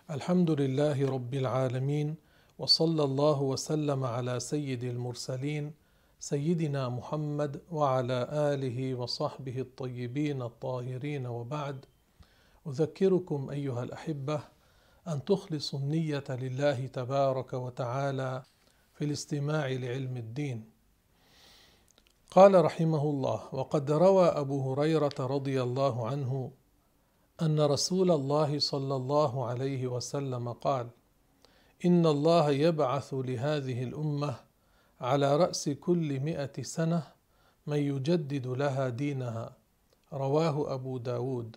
الحمد لله رب العالمين، وصلى الله وسلم على سيد المرسلين سيدنا محمد وعلى آله وصحبه الطيبين الطاهرين، وبعد. أذكركم أيها الأحبة أن تخلصوا النية لله تبارك وتعالى في الاستماع لعلم الدين. قال رحمه الله: وقد روى أبو هريرة رضي الله عنه أن رسول الله صلى الله عليه وسلم قال: إن الله يبعث لهذه الأمة على رأس كل 100 سنة من يجدد لها دينها. رواه أبو داود.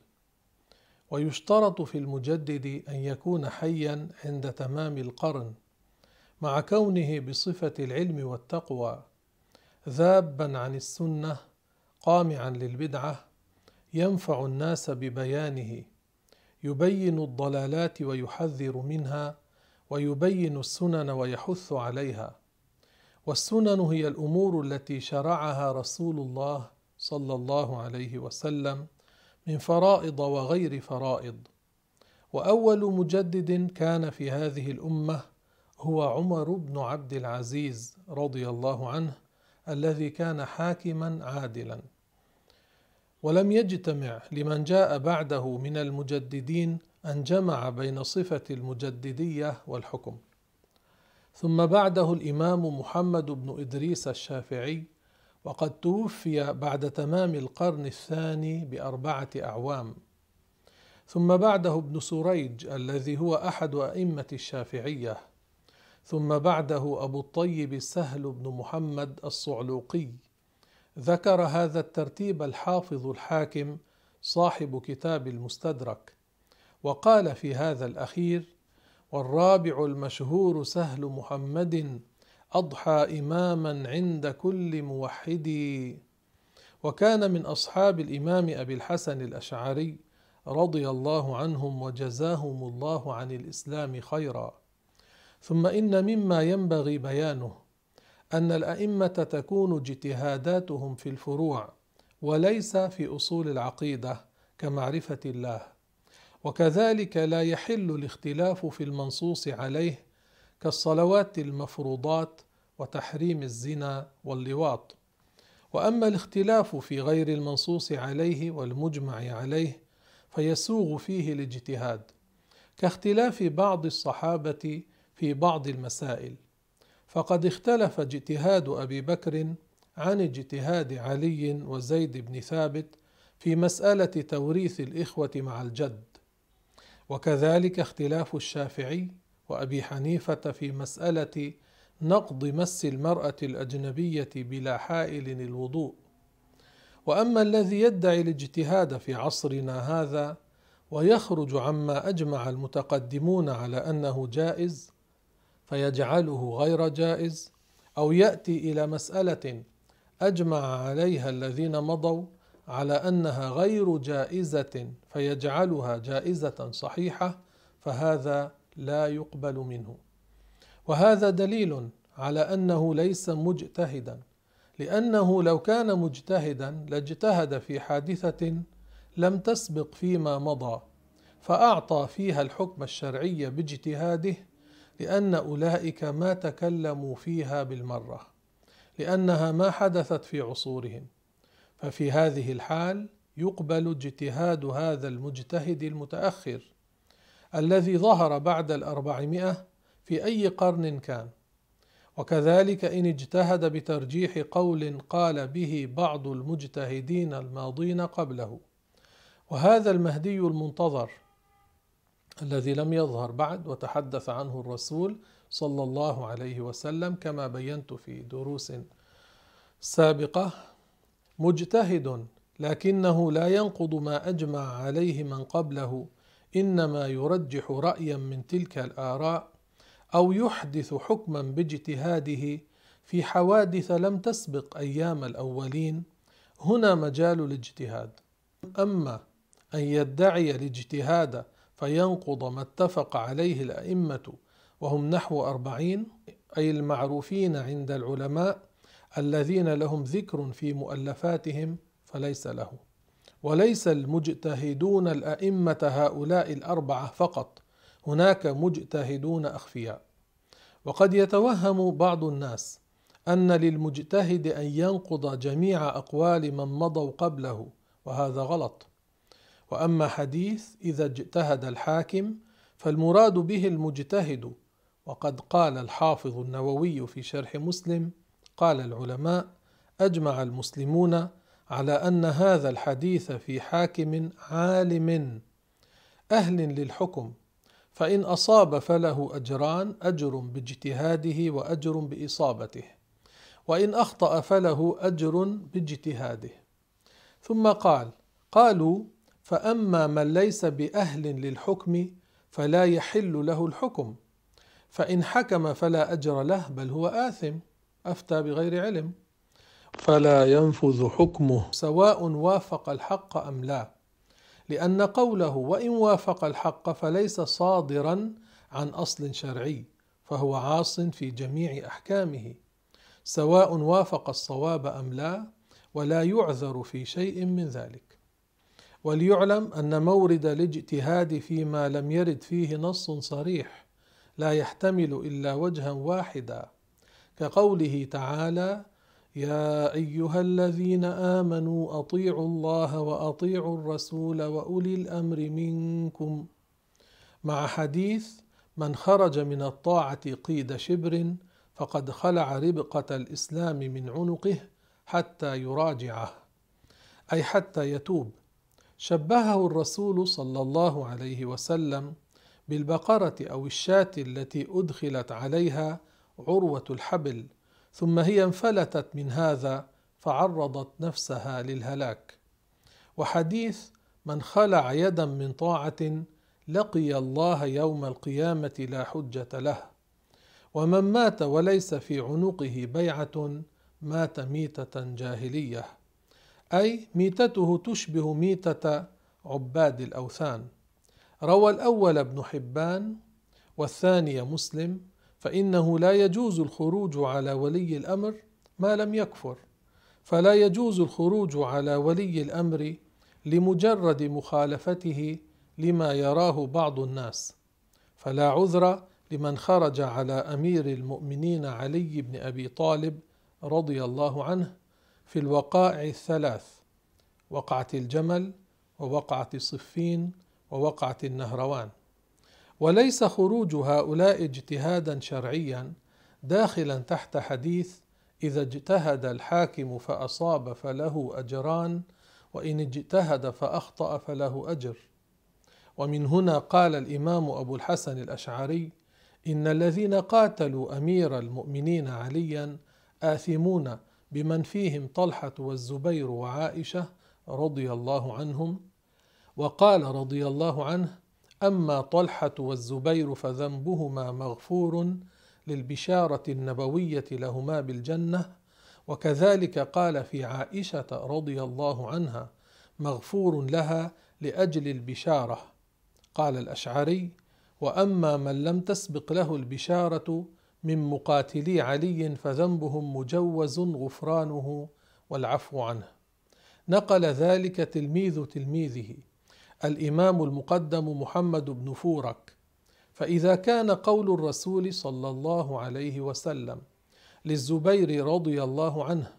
ويشترط في المجدد أن يكون حيا عند تمام القرن، مع كونه بصفة العلم والتقوى، ذابا عن السنة، قامعا للبدعة، ينفع الناس ببيانه، يبين الضلالات ويحذر منها، ويبين السنن ويحث عليها. والسنن هي الأمور التي شرعها رسول الله صلى الله عليه وسلم من فرائض وغير فرائض. وأول مجدد كان في هذه الأمة هو عمر بن عبد العزيز رضي الله عنه، الذي كان حاكما عادلا. ولم يجتمع لمن جاء بعده من المجددين أن جمع بين صفة المجددية والحكم. ثم بعده الإمام محمد بن إدريس الشافعي، وقد توفي بعد تمام القرن الثاني ب4 أعوام. ثم بعده ابن سريج الذي هو أحد أئمة الشافعية. ثم بعده أبو الطيب سهل بن محمد الصعلوقي. ذكر هذا الترتيب الحافظ الحاكم صاحب كتاب المستدرك، وقال في هذا الأخير: والرابع المشهور سهل محمد، أضحى إماما عند كل موحد. وكان من أصحاب الإمام أبي الحسن الأشعري رضي الله عنهم وجزاهم الله عن الإسلام خيرا. ثم إن مما ينبغي بيانه أن الأئمة تكون اجتهاداتهم في الفروع وليس في أصول العقيدة كمعرفة الله. وكذلك لا يحل الاختلاف في المنصوص عليه كالصلوات المفروضات وتحريم الزنا واللواط. وأما الاختلاف في غير المنصوص عليه والمجمع عليه فيسوغ فيه الاجتهاد، كاختلاف بعض الصحابة في بعض المسائل، فقد اختلف اجتهاد أبي بكر عن اجتهاد علي وزيد بن ثابت في مسألة توريث الإخوة مع الجد. وكذلك اختلاف الشافعي وأبي حنيفة في مسألة نقض مس المرأة الأجنبية بلا حائل الوضوء. وأما الذي يدعي الاجتهاد في عصرنا هذا ويخرج عما أجمع المتقدمون على أنه جائز فيجعله غير جائز، أو يأتي إلى مسألة أجمع عليها الذين مضوا على أنها غير جائزة فيجعلها جائزة صحيحة، فهذا لا يقبل منه. وهذا دليل على أنه ليس مجتهدا، لأنه لو كان مجتهدا لاجتهد في حادثة لم تسبق فيما مضى فأعطى فيها الحكم الشرعي باجتهاده، لأن أولئك ما تكلموا فيها بالمرة، لأنها ما حدثت في عصورهم. ففي هذه الحال يقبل اجتهاد هذا المجتهد المتأخر الذي ظهر بعد 400 في أي قرن كان. وكذلك إن اجتهد بترجيح قول قال به بعض المجتهدين الماضين قبله. وهذا المهدي المنتظر الذي لم يظهر بعد وتحدث عنه الرسول صلى الله عليه وسلم كما بينت في دروس سابقة، مجتهد، لكنه لا ينقض ما أجمع عليه من قبله، إنما يرجح رأيا من تلك الآراء أو يحدث حكما باجتهاده في حوادث لم تسبق أيام الأولين. هنا مجال الاجتهاد. أما أن يدعي الاجتهاد فينقض ما اتفق عليه الأئمة وهم نحو 40، أي المعروفين عند العلماء الذين لهم ذكر في مؤلفاتهم، فليس له. وليس المجتهدون الأئمة هؤلاء 4 فقط، هناك مجتهدون أخفياء. وقد يتوهم بعض الناس أن للمجتهد أن ينقض جميع أقوال من مضوا قبله، وهذا غلط. وأما حديث إذا اجتهد الحاكم فالمراد به المجتهد. وقد قال الحافظ النووي في شرح مسلم: قال العلماء: أجمع المسلمون على أن هذا الحديث في حاكم عالم أهل للحكم، فإن أصاب فله أجران: أجر باجتهاده وأجر بإصابته، وإن أخطأ فله أجر باجتهاده. ثم قالوا: فأما من ليس بأهل للحكم فلا يحل له الحكم، فإن حكم فلا أجر له بل هو آثم، أفتى بغير علم، فلا ينفذ حكمه سواء وافق الحق أم لا، لأن قوله وإن وافق الحق فليس صادرا عن أصل شرعي، فهو عاص في جميع أحكامه سواء وافق الصواب أم لا، ولا يعذر في شيء من ذلك. وليعلم أن مورد الاجتهاد فيما لم يرد فيه نص صريح لا يحتمل إلا وجها واحدا، كقوله تعالى: يا أيها الذين آمنوا أطيعوا الله وأطيعوا الرسول وأولي الأمر منكم، مع حديث من خرج من الطاعة قيد شبر فقد خلع ربقة الإسلام من عنقه حتى يراجعه، أي حتى يتوب. شبهه الرسول صلى الله عليه وسلم بالبقرة أو الشاة التي أدخلت عليها عروة الحبل ثم هي انفلتت من هذا فعرضت نفسها للهلاك. وحديث من خلع يدا من طاعة لقي الله يوم القيامة لا حجة له. ومن مات وليس في عنقه بيعة مات ميتة جاهلية، أي ميتته تشبه ميتة عباد الأوثان. روى الأول ابن حبان والثاني مسلم، فإنه لا يجوز الخروج على ولي الأمر ما لم يكفر، فلا يجوز الخروج على ولي الأمر لمجرد مخالفته لما يراه بعض الناس، فلا عذر لمن خرج على أمير المؤمنين علي بن أبي طالب رضي الله عنه في الوقائع الثلاث: وقعة الجمل ووقعة صفين ووقعة النهروان. وليس خروج هؤلاء اجتهادا شرعيا داخلا تحت حديث إذا اجتهد الحاكم فأصاب فله أجران وإن اجتهد فأخطأ فله أجر. ومن هنا قال الإمام أبو الحسن الأشعري: إن الذين قاتلوا أمير المؤمنين عليا آثمون بمن فيهم طلحة والزبير وعائشة رضي الله عنهم. وقال رضي الله عنه: أما طلحة والزبير فذنبهما مغفور للبشارة النبوية لهما بالجنة. وكذلك قال في عائشة رضي الله عنها: مغفور لها لأجل البشارة. قال الأشعري: وأما من لم تسبق له البشارة من مقاتلي علي فذنبهم مجوز غفرانه والعفو عنه. نقل ذلك تلميذ تلميذه الإمام المقدم محمد بن فورك. فإذا كان قول الرسول صلى الله عليه وسلم للزبير رضي الله عنه: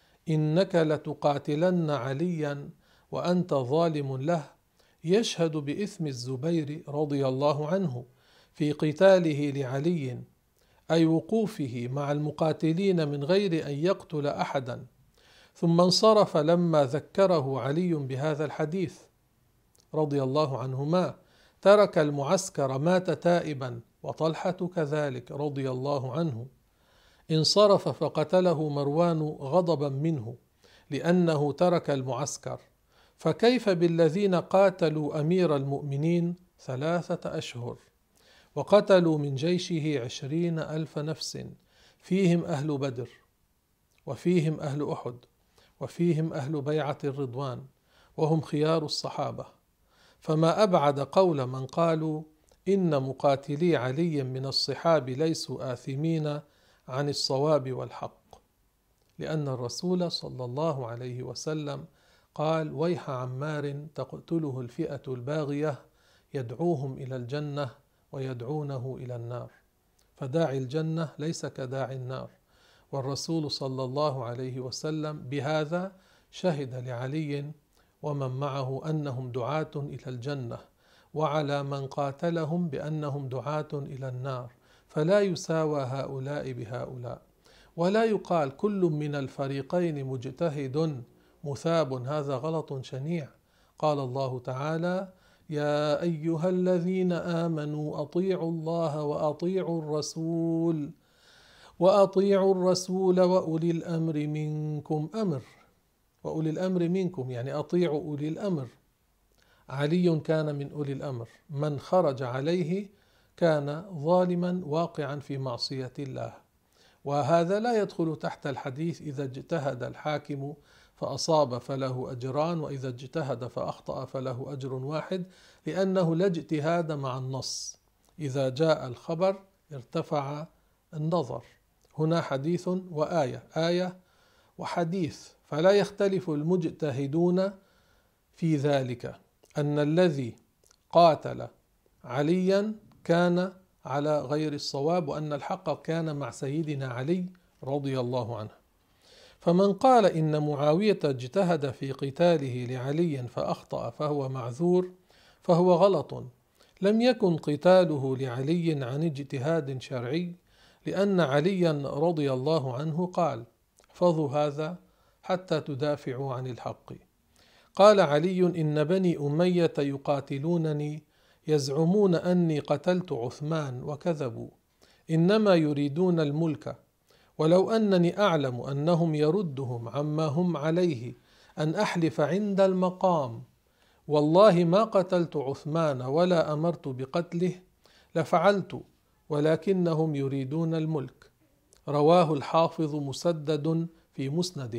إنك لتقاتلن عليا وأنت ظالم له، يشهد بإثم الزبير رضي الله عنه في قتاله لعلي، أي وقوفه مع المقاتلين من غير أن يقتل أحدا. ثم انصرف لما ذكره علي بهذا الحديث رضي الله عنهما، ترك المعسكر مات تائبا، وطلحة كذلك رضي الله عنه. انصرف فقتله مروان غضبا منه لأنه ترك المعسكر، فكيف بالذين قاتلوا أمير المؤمنين 3 أشهر وقتلوا من جيشه 20,000 نفس، فيهم أهل بدر وفيهم أهل أحد وفيهم أهل بيعة الرضوان وهم خيار الصحابة. فما أبعد قول من قالوا إن مقاتلي علي من الصحاب ليسوا آثمين عن الصواب والحق، لأن الرسول صلى الله عليه وسلم قال: ويح عمار تقتله الفئة الباغية يدعوهم إلى الجنة ويدعونه إلى النار، فداعي الجنة ليس كداعي النار. والرسول صلى الله عليه وسلم بهذا شهد لعلي ومن معه أنهم دعاة إلى الجنة، وعلى من قاتلهم بأنهم دعاة إلى النار، فلا يساوى هؤلاء بهؤلاء، ولا يقال كل من الفريقين مجتهد مثاب، هذا غلط شنيع. قال الله تعالى: يا أيها الذين آمنوا أطيعوا الله وأطيعوا الرسول وأولي الأمر منكم. وأولي الأمر منكم يعني أطيعوا أولي الأمر. علي كان من أولي الأمر، من خرج عليه كان ظالما واقعا في معصية الله، وهذا لا يدخل تحت الحديث إذا اجتهد الحاكم فأصاب فله أجران، وإذا اجتهد فأخطأ فله أجر واحد، لأنه لا اجتهاد مع النص. إذا جاء الخبر ارتفع النظر. هنا حديث وآية، آية وحديث، فلا يختلف المجتهدون في ذلك أن الذي قاتل عليا كان على غير الصواب، وأن الحق كان مع سيدنا علي رضي الله عنه. فمن قال إن معاوية اجتهد في قتاله لعلي فأخطأ فهو معذور فهو غلط. لم يكن قتاله لعلي عن اجتهاد شرعي، لأن عليا رضي الله عنه قال: احفظوا هذا حتى تدافعوا عن الحق. قال علي: إن بني أمية يقاتلونني يزعمون أني قتلت عثمان وكذبوا، إنما يريدون الملك، ولو أنني أعلم أنهم يردهم عما هم عليه أن أحلف عند المقام والله ما قتلت عثمان ولا أمرت بقتله لفعلت، ولكنهم يريدون الملك. رواه الحافظ مسدد في مسنده،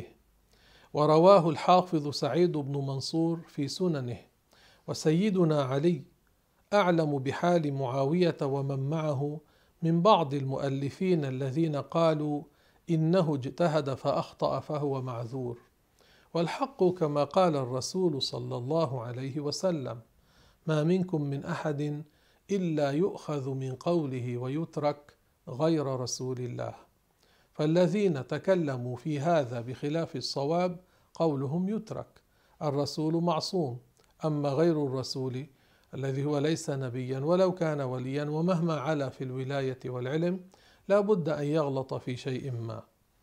ورواه الحافظ سعيد بن منصور في سننه. وسيدنا علي أعلم بحال معاوية ومن معه من بعض المؤلفين الذين قالوا إنه اجتهد فأخطأ فهو معذور. والحق كما قال الرسول صلى الله عليه وسلم: ما منكم من أحد إلا يؤخذ من قوله ويترك غير رسول الله. فالذين تكلموا في هذا بخلاف الصواب قولهم يترك، الرسول معصوم. أما غير الرسول الذي هو ليس نبيا ولو كان وليا ومهما علا في الولاية والعلم لا بد أن يغلط في شيء ما.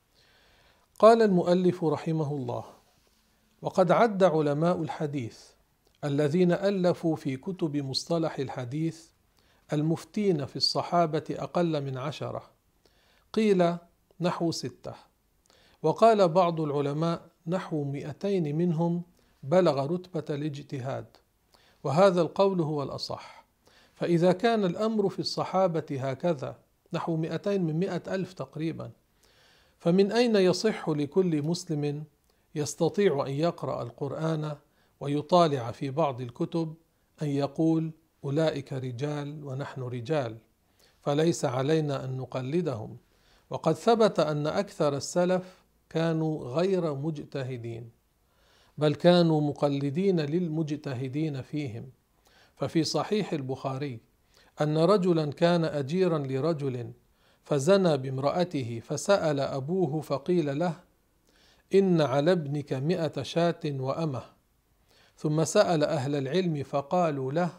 قال المؤلف رحمه الله: وقد عد علماء الحديث الذين ألفوا في كتب مصطلح الحديث المفتين في الصحابة أقل من 10، قيل نحو 6، وقال بعض العلماء نحو 200 منهم بلغ رتبة الاجتهاد، وهذا القول هو الأصح. فإذا كان الأمر في الصحابة هكذا نحو 200 من 100,000 تقريبا، فمن أين يصح لكل مسلم يستطيع أن يقرأ القرآن ويطالع في بعض الكتب أن يقول أولئك رجال ونحن رجال، فليس علينا أن نقلدهم؟ وقد ثبت أن أكثر السلف كانوا غير مجتهدين، بل كانوا مقلدين للمجتهدين فيهم. ففي صحيح البخاري أن رجلا كان أجيرا لرجل فزنى بامرأته، فسأل أبوه فقيل له: إن على ابنك 100 شاة وأمة. ثم سأل أهل العلم فقالوا له: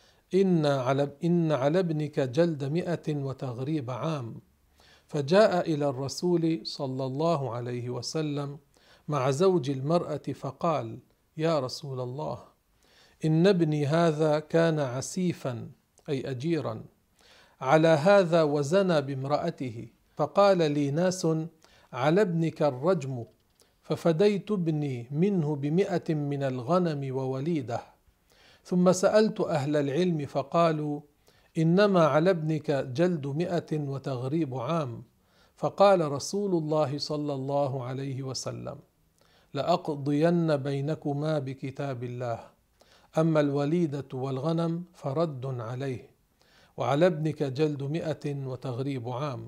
إن على ابنك جلد 100 وتغريب عام. فجاء إلى الرسول صلى الله عليه وسلم مع زوج المرأة فقال: يا رسول الله، إن ابني هذا كان عسيفا أي أجيرا على هذا وزنى بامرأته، فقال لي ناس: على ابنك الرجم، ففديت ابني منه ب100 من الغنم ووليده. ثم سألت أهل العلم فقالوا: إنما على ابنك جلد 100 وتغريب عام. فقال رسول الله صلى الله عليه وسلم: لأقضين بينكما بكتاب الله، أما الوليدة والغنم فرد عليه، وعلى ابنك جلد 100 وتغريب عام،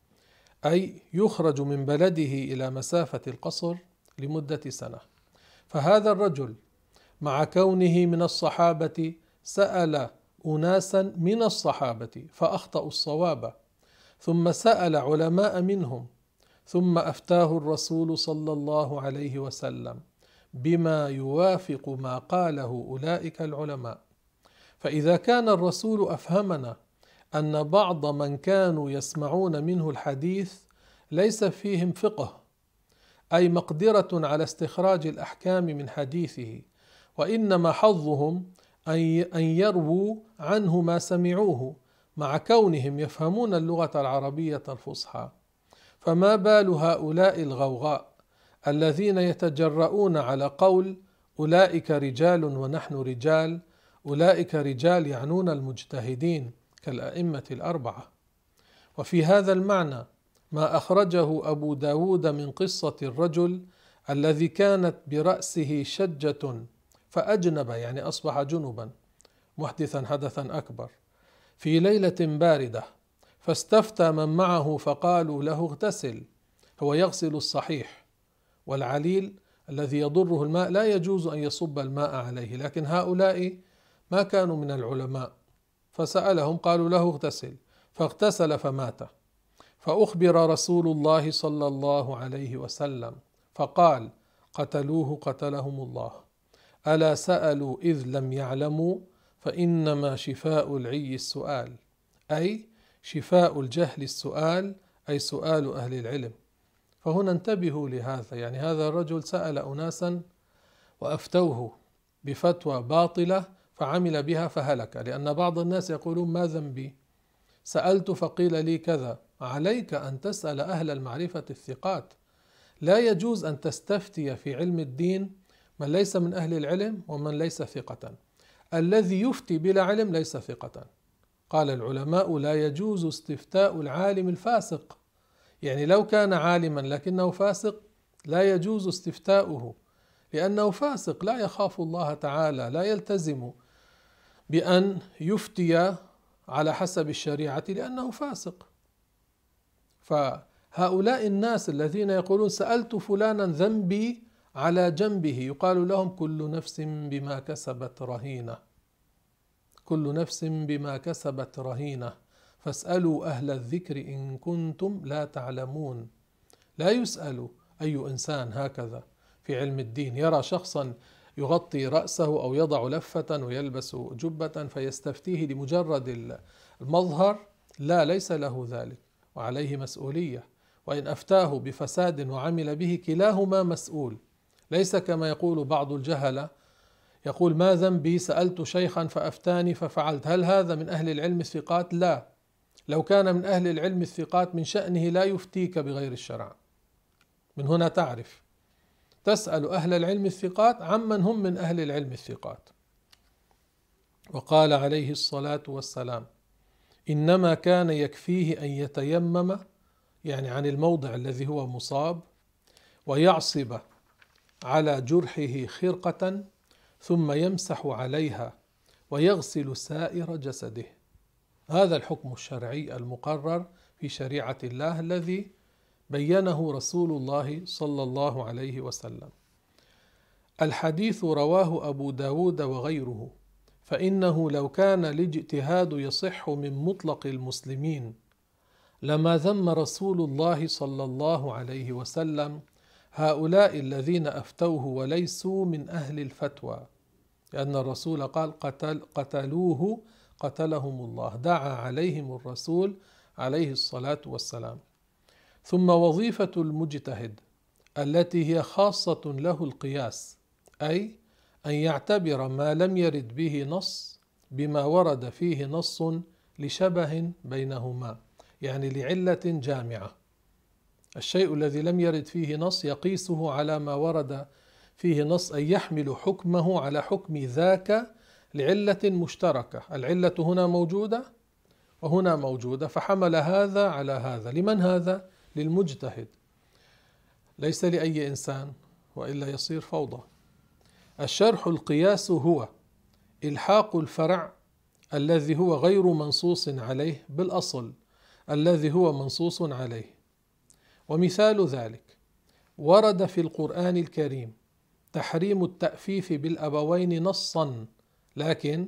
أي يخرج من بلده إلى مسافة القصر لمدة سنة. فهذا الرجل مع كونه من الصحابة سأل أناسا من الصحابة فأخطأوا الصواب، ثم سأل علماء منهم، ثم أفتاه الرسول صلى الله عليه وسلم بما يوافق ما قاله أولئك العلماء. فإذا كان الرسول أفهمنا أن بعض من كانوا يسمعون منه الحديث ليس فيهم فقه، أي مقدرة على استخراج الأحكام من حديثه، وإنما حظهم أن يرووا عنه ما سمعوه مع كونهم يفهمون اللغة العربية الفصحى، فما بال هؤلاء الغوغاء الذين يتجرؤون على قول أولئك رجال ونحن رجال، أولئك رجال يعنون المجتهدين كالأئمة الأربعة. وفي هذا المعنى ما أخرجه أبو داود من قصة الرجل الذي كانت برأسه شجة فأجنب، يعني أصبح جنبا محدثا حدثا أكبر، في ليلة باردة، فاستفتى من معه فقالوا له اغتسل. هو يغسل الصحيح، والعليل الذي يضره الماء لا يجوز أن يصب الماء عليه، لكن هؤلاء ما كانوا من العلماء، فسألهم قالوا له اغتسل، فاغتسل فمات. فأخبر رسول الله صلى الله عليه وسلم فقال قتلوه قتلهم الله، ألا سألوا إذ لم يعلموا، فإنما شفاء العي السؤال، أي شفاء الجهل السؤال، أي سؤال أهل العلم. فهنا انتبهوا لهذا، يعني هذا الرجل سأل أناسا وأفتوه بفتوى باطلة فعمل بها فهلك، لأن بعض الناس يقولون ما ذنبي، سألت فقيل لي كذا. عليك أن تسأل أهل المعرفة الثقات، لا يجوز أن تستفتي في علم الدين من ليس من أهل العلم ومن ليس ثقة. الذي يفتي بلا علم ليس ثقة. قال العلماء لا يجوز استفتاء العالم الفاسق، يعني لو كان عالما لكنه فاسق لا يجوز استفتاؤه، لأنه فاسق لا يخاف الله تعالى، لا يلتزم بأن يفتي على حسب الشريعة لأنه فاسق. فهؤلاء الناس الذين يقولون سألت فلانا ذنبي على جنبه، يقال لهم كل نفس بما كسبت رهينة، كل نفس بما كسبت رهينة، فاسألوا أهل الذكر إن كنتم لا تعلمون. لا يسأل أي إنسان هكذا في علم الدين، يرى شخصا يغطي رأسه أو يضع لفة ويلبس جبة فيستفتيه لمجرد المظهر، لا، ليس له ذلك وعليه مسؤولية، وإن أفتاه بفساد وعمل به كلاهما مسؤول. ليس كما يقول بعض الجهلة، يقول ما ذنبي سألت شيخا فأفتاني ففعلت، هل هذا من أهل العلم الثقات؟ لا، لو كان من أهل العلم الثقات من شأنه لا يفتيك بغير الشرع. من هنا تعرف تسأل أهل العلم الثقات عمن هم من أهل العلم الثقات. وقال عليه الصلاة والسلام إنما كان يكفيه أن يتيمم، يعني عن الموضع الذي هو مصاب، ويعصب على جرحه خرقة ثم يمسح عليها ويغسل سائر جسده. هذا الحكم الشرعي المقرر في شريعة الله الذي بينه رسول الله صلى الله عليه وسلم. الحديث رواه أبو داود وغيره، فإنه لو كان الاجتهاد يصح من مطلق المسلمين لما ذم رسول الله صلى الله عليه وسلم هؤلاء الذين أفتوه وليسوا من أهل الفتوى، لأن الرسول قال قتلوه قتلهم الله، دعا عليهم الرسول عليه الصلاة والسلام. ثم وظيفة المجتهد التي هي خاصة له القياس، أي أن يعتبر ما لم يرد به نص بما ورد فيه نص لشبه بينهما، يعني لعلة جامعة. الشيء الذي لم يرد فيه نص يقيسه على ما ورد فيه نص، أن يحمل حكمه على حكم ذاك لعلة مشتركة، العلة هنا موجودة وهنا موجودة، فحمل هذا على هذا. لمن هذا؟ للمجتهد، ليس لأي إنسان، وإلا يصير فوضى. الشرح القياس هو إلحاق الفرع الذي هو غير منصوص عليه بالأصل الذي هو منصوص عليه. ومثال ذلك ورد في القرآن الكريم تحريم التأفيف بالأبوين نصا، لكن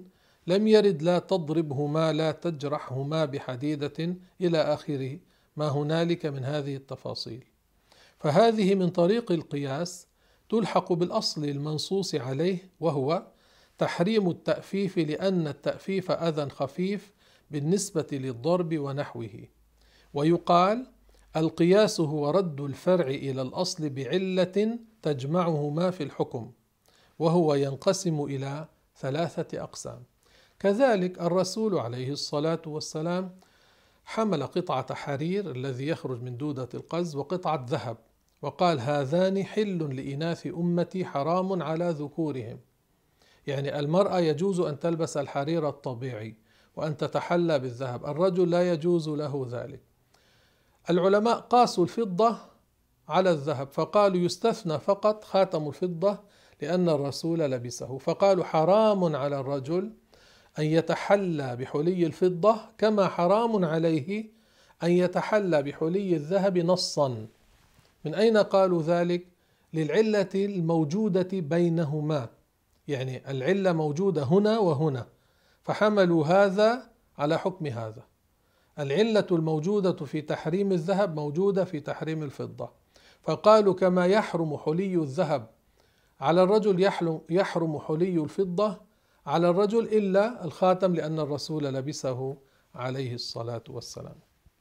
لم يرد لا تضربهما لا تجرحهما بحديدة إلى آخره ما هنالك من هذه التفاصيل. فهذه من طريق القياس تلحق بالأصل المنصوص عليه، وهو تحريم التأفيف، لأن التأفيف أذى خفيف بالنسبة للضرب ونحوه. ويقال القياس هو رد الفرع إلى الأصل بعلة تجمعهما في الحكم، وهو ينقسم إلى 3 أقسام. كذلك الرسول عليه الصلاة والسلام حمل قطعة حرير الذي يخرج من دودة القز وقطعة ذهب، وقال هذان حل لإناث أمتي حرام على ذكورهم. يعني المرأة يجوز أن تلبس الحرير الطبيعي وأن تتحلى بالذهب، الرجل لا يجوز له ذلك. العلماء قاسوا الفضة على الذهب فقالوا يستثنى فقط خاتم الفضة لأن الرسول لبسه، فقالوا حرام على الرجل أن يتحلى بحلي الفضة كما حرام عليه أن يتحلى بحلي الذهب نصا. من أين قالوا ذلك؟ للعلة الموجودة بينهما، يعني العلة موجودة هنا وهنا، فحملوا هذا على حكم هذا. العلة الموجودة في تحريم الذهب موجودة في تحريم الفضة، فقالوا كما يحرم حلي الذهب على الرجل يحرم حلي الفضة على الرجل إلا الخاتم لأن الرسول لبسه عليه الصلاة والسلام.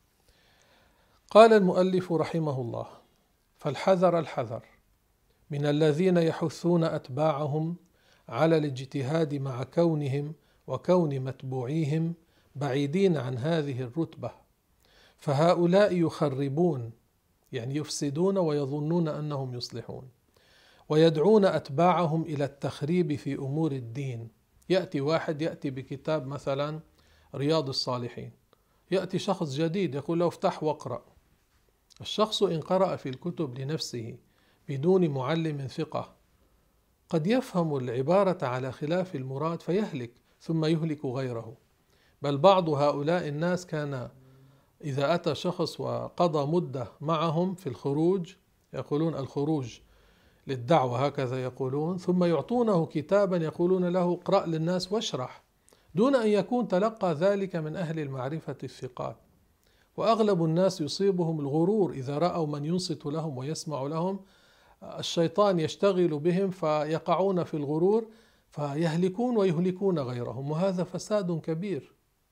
قال المؤلف رحمه الله: فالحذر الحذر من الذين يحثون أتباعهم على الاجتهاد مع كونهم وكون متبوعيهم بعيدين عن هذه الرتبة، فهؤلاء يخربون، يعني يفسدون ويظنون أنهم يصلحون، ويدعون أتباعهم إلى التخريب في أمور الدين. يأتي واحد يأتي بكتاب مثلا رياض الصالحين، يأتي شخص جديد يقول له افتح واقرأ. الشخص إن قرأ في الكتب لنفسه بدون معلم ثقة قد يفهم العبارة على خلاف المراد فيهلك ثم يهلك غيره. بل بعض هؤلاء الناس كان إذا أتى شخص وقضى مدة معهم في الخروج، يقولون الخروج للدعوة هكذا يقولون، ثم يعطونه كتابا يقولون له اقرأ للناس واشرح، دون أن يكون تلقى ذلك من أهل المعرفة الثقات. وأغلب الناس يصيبهم الغرور إذا رأوا من ينصت لهم ويسمع لهم، الشيطان يشتغل بهم فيقعون في الغرور فيهلكون ويهلكون غيرهم، وهذا فساد كبير.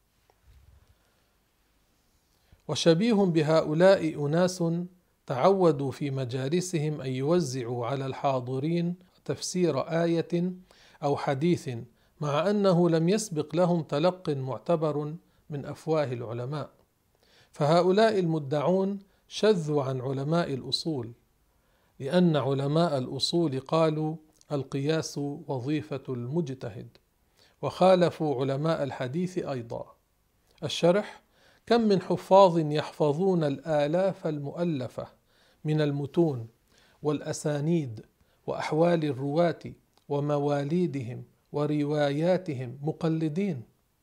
وشبيه بهؤلاء أناس تعودوا في مجالسهم أن يوزعوا على الحاضرين تفسير آية أو حديث مع أنه لم يسبق لهم تلق معتبر من أفواه العلماء. فهؤلاء المدعون شذوا عن علماء الأصول، لأن علماء الأصول قالوا القياس وظيفة المجتهد، وخالفوا علماء الحديث أيضا. الشرح: كم من حفاظ يحفظون الآلاف المؤلفة من المتون والأسانيد وأحوال الرواة ومواليدهم ورواياتهم مقلدين،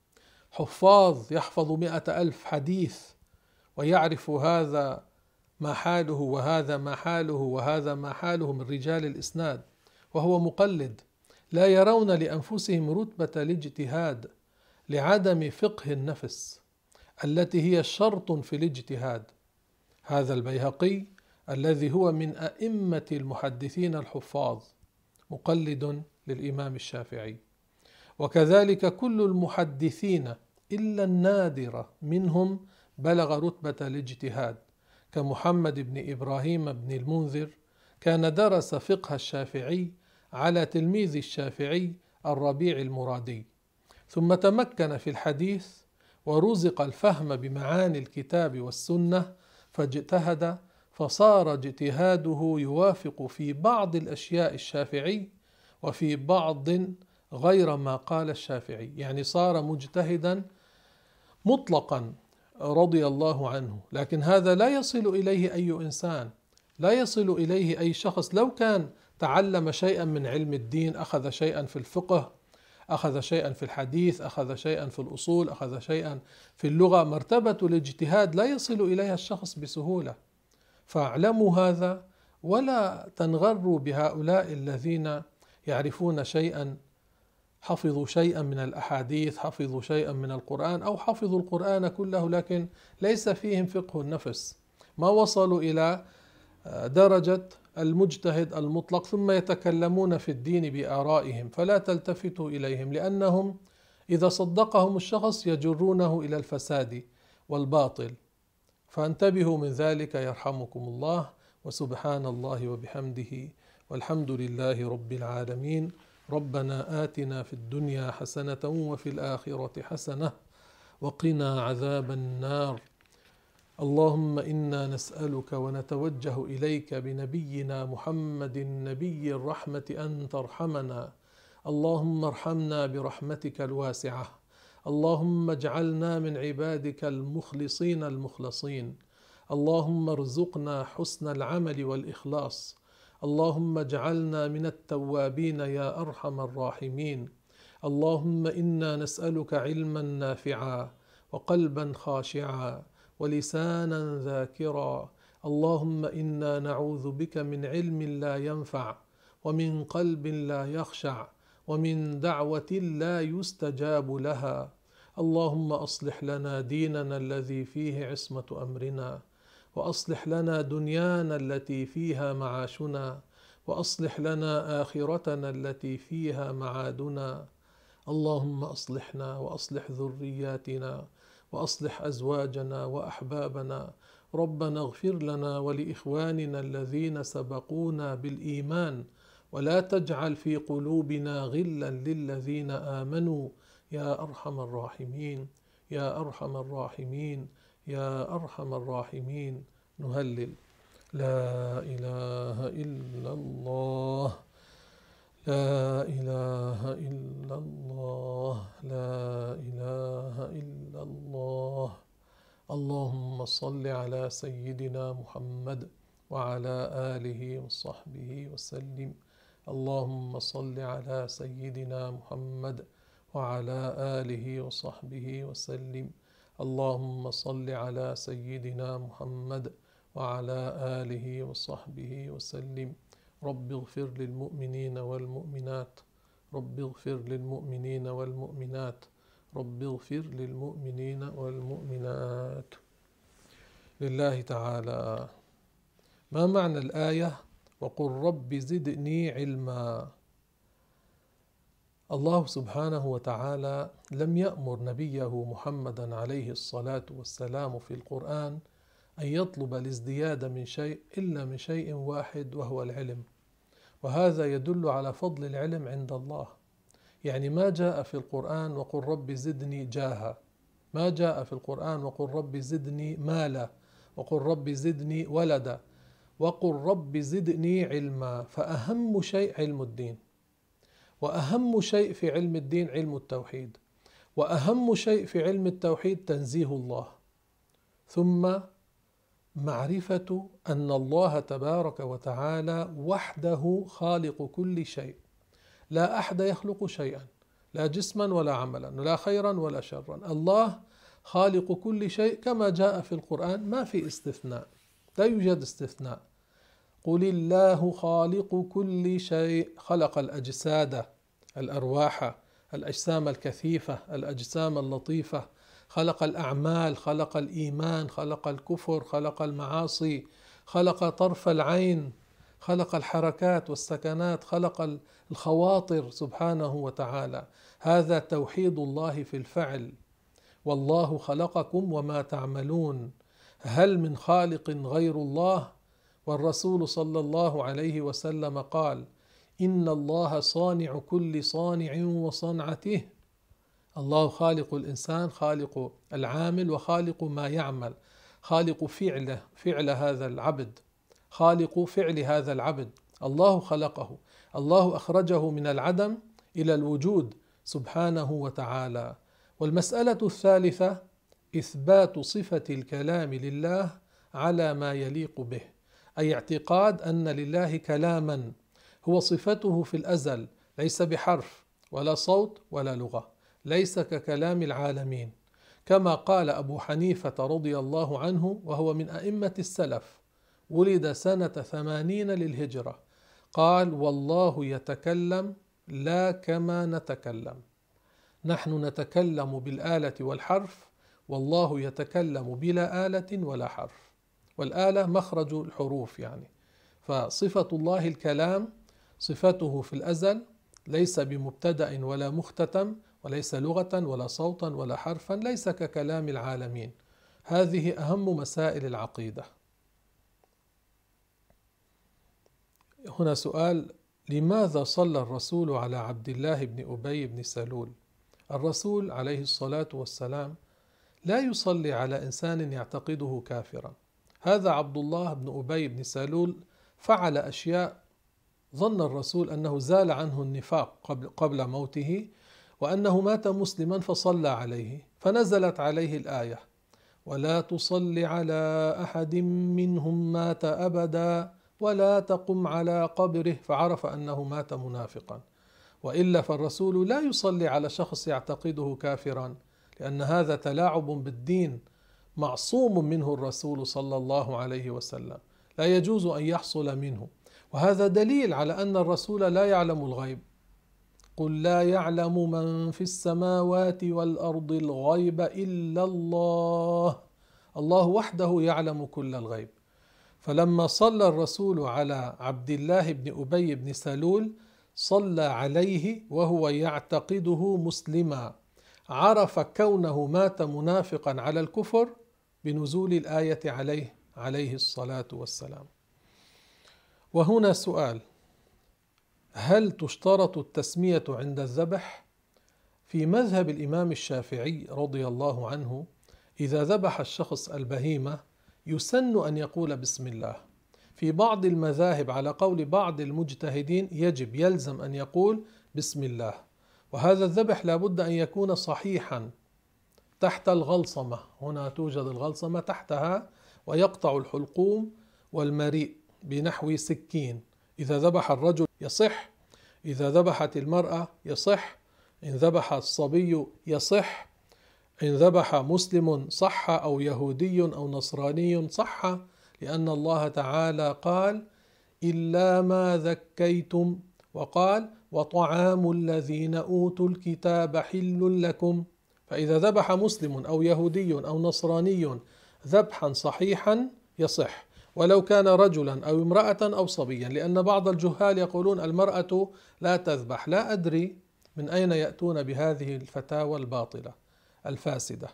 حفاظ يحفظ 100,000 حديث ويعرف هذا ما حاله وهذا ما حاله وهذا ما حاله من رجال الإسناد، وهو مقلد. لا يرون لأنفسهم رتبة الاجتهاد لعدم فقه النفس التي هي شرط في الاجتهاد. هذا البيهقي الذي هو من أئمة المحدثين الحفاظ مقلد للإمام الشافعي، وكذلك كل المحدثين إلا النادر منهم بلغ رتبة الاجتهاد، كمحمد بن إبراهيم بن المنذر كان درس فقه الشافعي على تلميذ الشافعي الربيع المرادي، ثم تمكن في الحديث ورزق الفهم بمعاني الكتاب والسنة فاجتهد، فصار اجتهاده يوافق في بعض الأشياء الشافعي وفي بعض غير ما قال الشافعي، يعني صار مجتهدا مطلقا رضي الله عنه. لكن هذا لا يصل إليه أي إنسان، لا يصل إليه أي شخص. لو كان تعلم شيئا من علم الدين، أخذ شيئا في الفقه، أخذ شيئا في الحديث، أخذ شيئا في الأصول، أخذ شيئا في اللغة، مرتبة الاجتهاد لا يصل إليها الشخص بسهولة. فاعلموا هذا ولا تنغروا بهؤلاء الذين يعرفون شيئا حفظوا شيئا من الأحاديث، حفظوا شيئا من القرآن، أو حفظوا القرآن كله لكن ليس فيهم فقه النفس، ما وصلوا إلى درجة المجتهد المطلق، ثم يتكلمون في الدين بآرائهم، فلا تلتفتوا إليهم، لأنهم إذا صدقهم الشخص يجرونه إلى الفساد والباطل، فانتبهوا من ذلك يرحمكم الله. وسبحان الله وبحمده، والحمد لله رب العالمين. ربنا آتنا في الدنيا حسنة وفي الآخرة حسنة وقنا عذاب النار. اللهم إنا نسألك ونتوجه إليك بنبينا محمد نبي الرحمة أن ترحمنا. اللهم ارحمنا برحمتك الواسعة. اللهم اجعلنا من عبادك المخلصين المخلصين. اللهم ارزقنا حسن العمل والإخلاص. اللهم اجعلنا من التوابين يا أرحم الراحمين. اللهم إنا نسألك علما نافعا وقلبا خاشعا ولسانا ذاكرا. اللهم إنا نعوذ بك من علم لا ينفع ومن قلب لا يخشع ومن دعوة لا يستجاب لها. اللهم أصلح لنا ديننا الذي فيه عصمة أمرنا، وأصلح لنا دنيانا التي فيها معاشنا، وأصلح لنا آخرتنا التي فيها معادنا. اللهم أصلحنا وأصلح ذرياتنا وأصلح أزواجنا وأحبابنا. ربنا اغفر لنا ولإخواننا الذين سبقونا بالإيمان، ولا تجعل في قلوبنا غلا للذين آمنوا يا أرحم الراحمين يا أرحم الراحمين يا أرحم الراحمين. نهلل: لا إله إلا الله، لا إله إلا الله، لا إله إلا الله. اللهم صل على سيدنا محمد وعلى آله وصحبه وسلم. اللهم صل على سيدنا محمد وعلى آله وصحبه وسلم. اللهم صل على سيدنا محمد وعلى آله وصحبه وسلم. رب اغفر للمؤمنين والمؤمنات، رب اغفر للمؤمنين والمؤمنات، رب اغفر للمؤمنين والمؤمنات. لله تعالى. ما معنى الآية وقل رب زدني علما؟ الله سبحانه وتعالى لم يأمر نبيه محمدا عليه الصلاة والسلام في القرآن أن يطلب الازدياد من شيء إلا من شيء واحد، وهو العلم، وهذا يدل على فضل العلم عند الله. يعني ما جاء في القرآن وقل رب زدني جاها، ما جاء في القرآن وقل رب زدني مالا، وقل رب زدني ولدا، وقل رب زدني علما. فأهم شيء علم الدين، وأهم شيء في علم الدين علم التوحيد، وأهم شيء في علم التوحيد تنزيه الله، ثم معرفة أن الله تبارك وتعالى وحده خالق كل شيء، لا أحد يخلق شيئا، لا جسما ولا عملا، لا خيرا ولا شرا. الله خالق كل شيء كما جاء في القرآن، ما في استثناء، لا يوجد استثناء. قل الله خالق كل شيء، خلق الأجساد، الأرواح، الأجسام الكثيفة، الأجسام اللطيفة، خلق الأعمال، خلق الإيمان، خلق الكفر، خلق المعاصي، خلق طرف العين، خلق الحركات والسكنات، خلق الخواطر سبحانه وتعالى. هذا توحيد الله في الفعل. والله خلقكم وما تعملون، هل من خالق غير الله؟ والرسول صلى الله عليه وسلم قال: إن الله صانع كل صانع وصنعته. الله خالق الإنسان، خالق العامل، وخالق ما يعمل، خالق فعل هذا العبد، خالق فعل هذا العبد. الله خلقه، الله أخرجه من العدم إلى الوجود سبحانه وتعالى. والمسألة الثالثة إثبات صفة الكلام لله على ما يليق به، أي اعتقاد أن لله كلاما هو صفته في الأزل، ليس بحرف ولا صوت ولا لغة، ليس ككلام العالمين، كما قال أبو حنيفة رضي الله عنه وهو من أئمة السلف، ولد سنة 80 للهجرة، قال: والله يتكلم لا كما نتكلم. نحن نتكلم بالآلة والحرف، والله يتكلم بلا آلة ولا حرف، والآلة مخرج الحروف يعني. فصفة الله الكلام صفته في الأزل، ليس بمبتدأ ولا مختتم، وليس لغة ولا صوتا ولا حرفا، ليس ككلام العالمين. هذه أهم مسائل العقيدة. هنا سؤال: لماذا صلى الرسول على عبد الله بن أبي بن سلول؟ الرسول عليه الصلاة والسلام لا يصلي على إنسان يعتقده كافرا. هذا عبد الله بن أبي بن سلول فعل أشياء ظن الرسول أنه زال عنه النفاق قبل موته، وأنه مات مسلما فصلى عليه، فنزلت عليه الآية: ولا تصل على أحد منهم مات أبدا ولا تقم على قبره، فعرف أنه مات منافقا. وإلا فالرسول لا يصلي على شخص يعتقده كافرا، لأن هذا تلاعب بالدين معصوم منه الرسول صلى الله عليه وسلم، لا يجوز أن يحصل منه. وهذا دليل على أن الرسول لا يعلم الغيب. قل لا يعلم من في السماوات والأرض الغيب إلا الله. الله وحده يعلم كل الغيب. فلما صلى الرسول على عبد الله بن أبي بن سلول صلى عليه وهو يعتقده مسلما، عرف كونه مات منافقا على الكفر بنزول الآية عليه الصلاة والسلام. وهنا سؤال: هل تشترط التسمية عند الذبح؟ في مذهب الإمام الشافعي رضي الله عنه، إذا ذبح الشخص البهيمة يسن أن يقول بسم الله. في بعض المذاهب على قول بعض المجتهدين يلزم أن يقول بسم الله. وهذا الذبح لابد أن يكون صحيحا تحت الغلصمة، هنا توجد الغلصمة تحتها، ويقطع الحلقوم والمريء بنحو سكين. إذا ذبح الرجل يصح، إذا ذبحت المرأة يصح، إن ذبح الصبي يصح، إن ذبح مسلم صح، أو يهودي أو نصراني صح، لأن الله تعالى قال: إلا ما ذكيتم، وقال: وطعام الذين أوتوا الكتاب حل لكم. فإذا ذبح مسلم أو يهودي أو نصراني ذبحا صحيحا يصح، ولو كان رجلا أو امرأة أو صبيا، لأن بعض الجهال يقولون المرأة لا تذبح. لا أدري من أين يأتون بهذه الفتاوى الباطلة الفاسدة.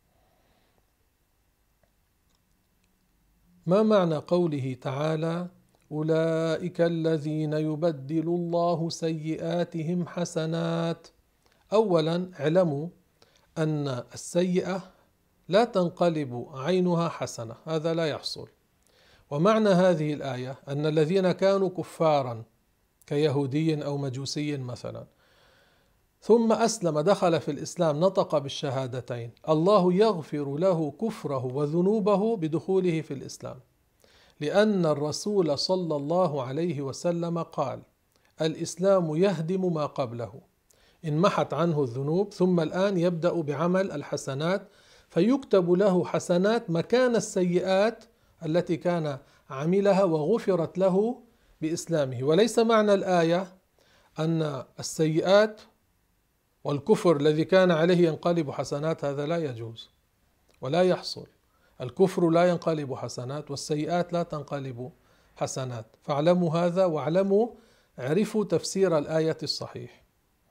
ما معنى قوله تعالى: أولئك الذين يبدل الله سيئاتهم حسنات؟ أولا اعلموا أن السيئة لا تنقلب عينها حسنة، هذا لا يحصل. ومعنى هذه الآية أن الذين كانوا كفارا كيهودي أو مجوسي مثلا، ثم أسلم دخل في الإسلام نطق بالشهادتين، الله يغفر له كفره وذنوبه بدخوله في الإسلام، لأن الرسول صلى الله عليه وسلم قال: الإسلام يهدم ما قبله، إن محت عنه الذنوب، ثم الآن يبدأ بعمل الحسنات، فيكتب له حسنات مكان السيئات التي كان عملها وغفرت له بإسلامه. وليس معنى الآية أن السيئات والكفر الذي كان عليه ينقلب حسنات، هذا لا يجوز ولا يحصل. الكفر لا ينقلب حسنات، والسيئات لا تنقلب حسنات. فاعلموا هذا، واعلموا اعرفوا تفسير الآية الصحيح.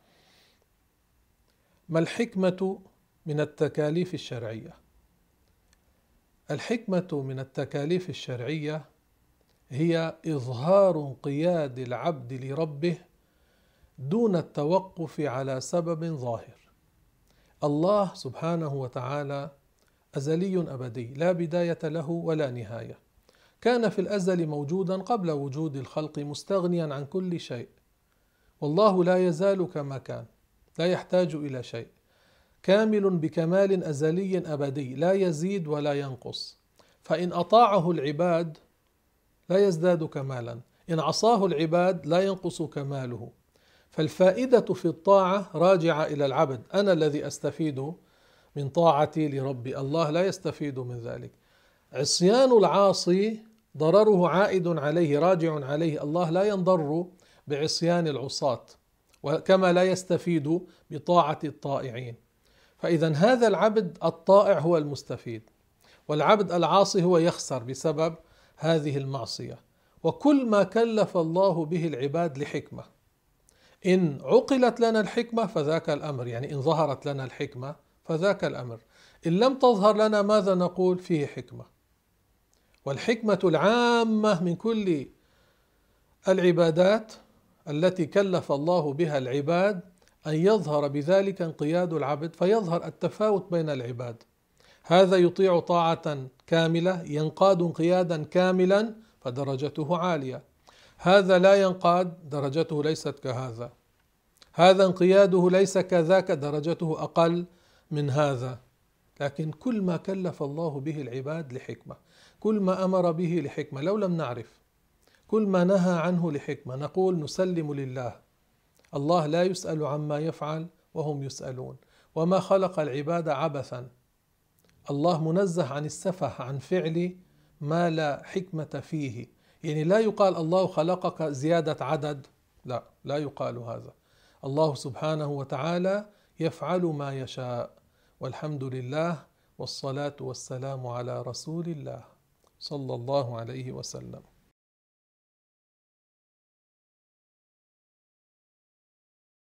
ما الحكمة من التكاليف الشرعية؟ الحكمة من التكاليف الشرعية هي إظهار انقياد العبد لربه دون التوقف على سبب ظاهر. الله سبحانه وتعالى أزلي أبدي، لا بداية له ولا نهاية، كان في الأزل موجودا قبل وجود الخلق، مستغنيا عن كل شيء، والله لا يزال كما كان، لا يحتاج إلى شيء، كامل بكمال أزلي أبدي، لا يزيد ولا ينقص. فإن أطاعه العباد لا يزداد كمالا، إن عصاه العباد لا ينقص كماله. فالفائدة في الطاعة راجعة إلى العبد، أنا الذي أستفيد من طاعتي لربي، الله لا يستفيد من ذلك. عصيان العاصي ضرره عائد عليه، راجع عليه، الله لا ينضر بعصيان العصاة، وكما لا يستفيد بطاعة الطائعين. فإذا هذا العبد الطائع هو المستفيد، والعبد العاصي هو يخسر بسبب هذه المعصية. وكل ما كلف الله به العباد لحكمة، إن عقلت لنا الحكمة فذاك الأمر، يعني إن ظهرت لنا الحكمة فذاك الأمر. إن لم تظهر لنا ماذا نقول؟ فيه حكمة. والحكمة العامة من كل العبادات التي كلف الله بها العباد أن يظهر بذلك انقياد العبد، فيظهر التفاوت بين العباد. هذا يطيع طاعة كاملة، ينقاد انقيادا كاملا فدرجته عالية. هذا لا ينقاد، درجته ليست كهذا. هذا انقياده ليس كذاك، درجته أقل من هذا. لكن كل ما كلف الله به العباد لحكمة، كل ما أمر به لحكمة. لو لم نعرف كل ما نهى عنه لحكمة نقول نسلم لله. الله لا يسأل عما يفعل وهم يسألون، وما خلق العباد عبثا. الله منزه عن السفه، عن فعل ما لا حكمة فيه. يعني لا يقال الله خلقك زيادة عدد، لا يقال هذا. الله سبحانه وتعالى يفعل ما يشاء. والحمد لله، والصلاة والسلام على رسول الله صلى الله عليه وسلم.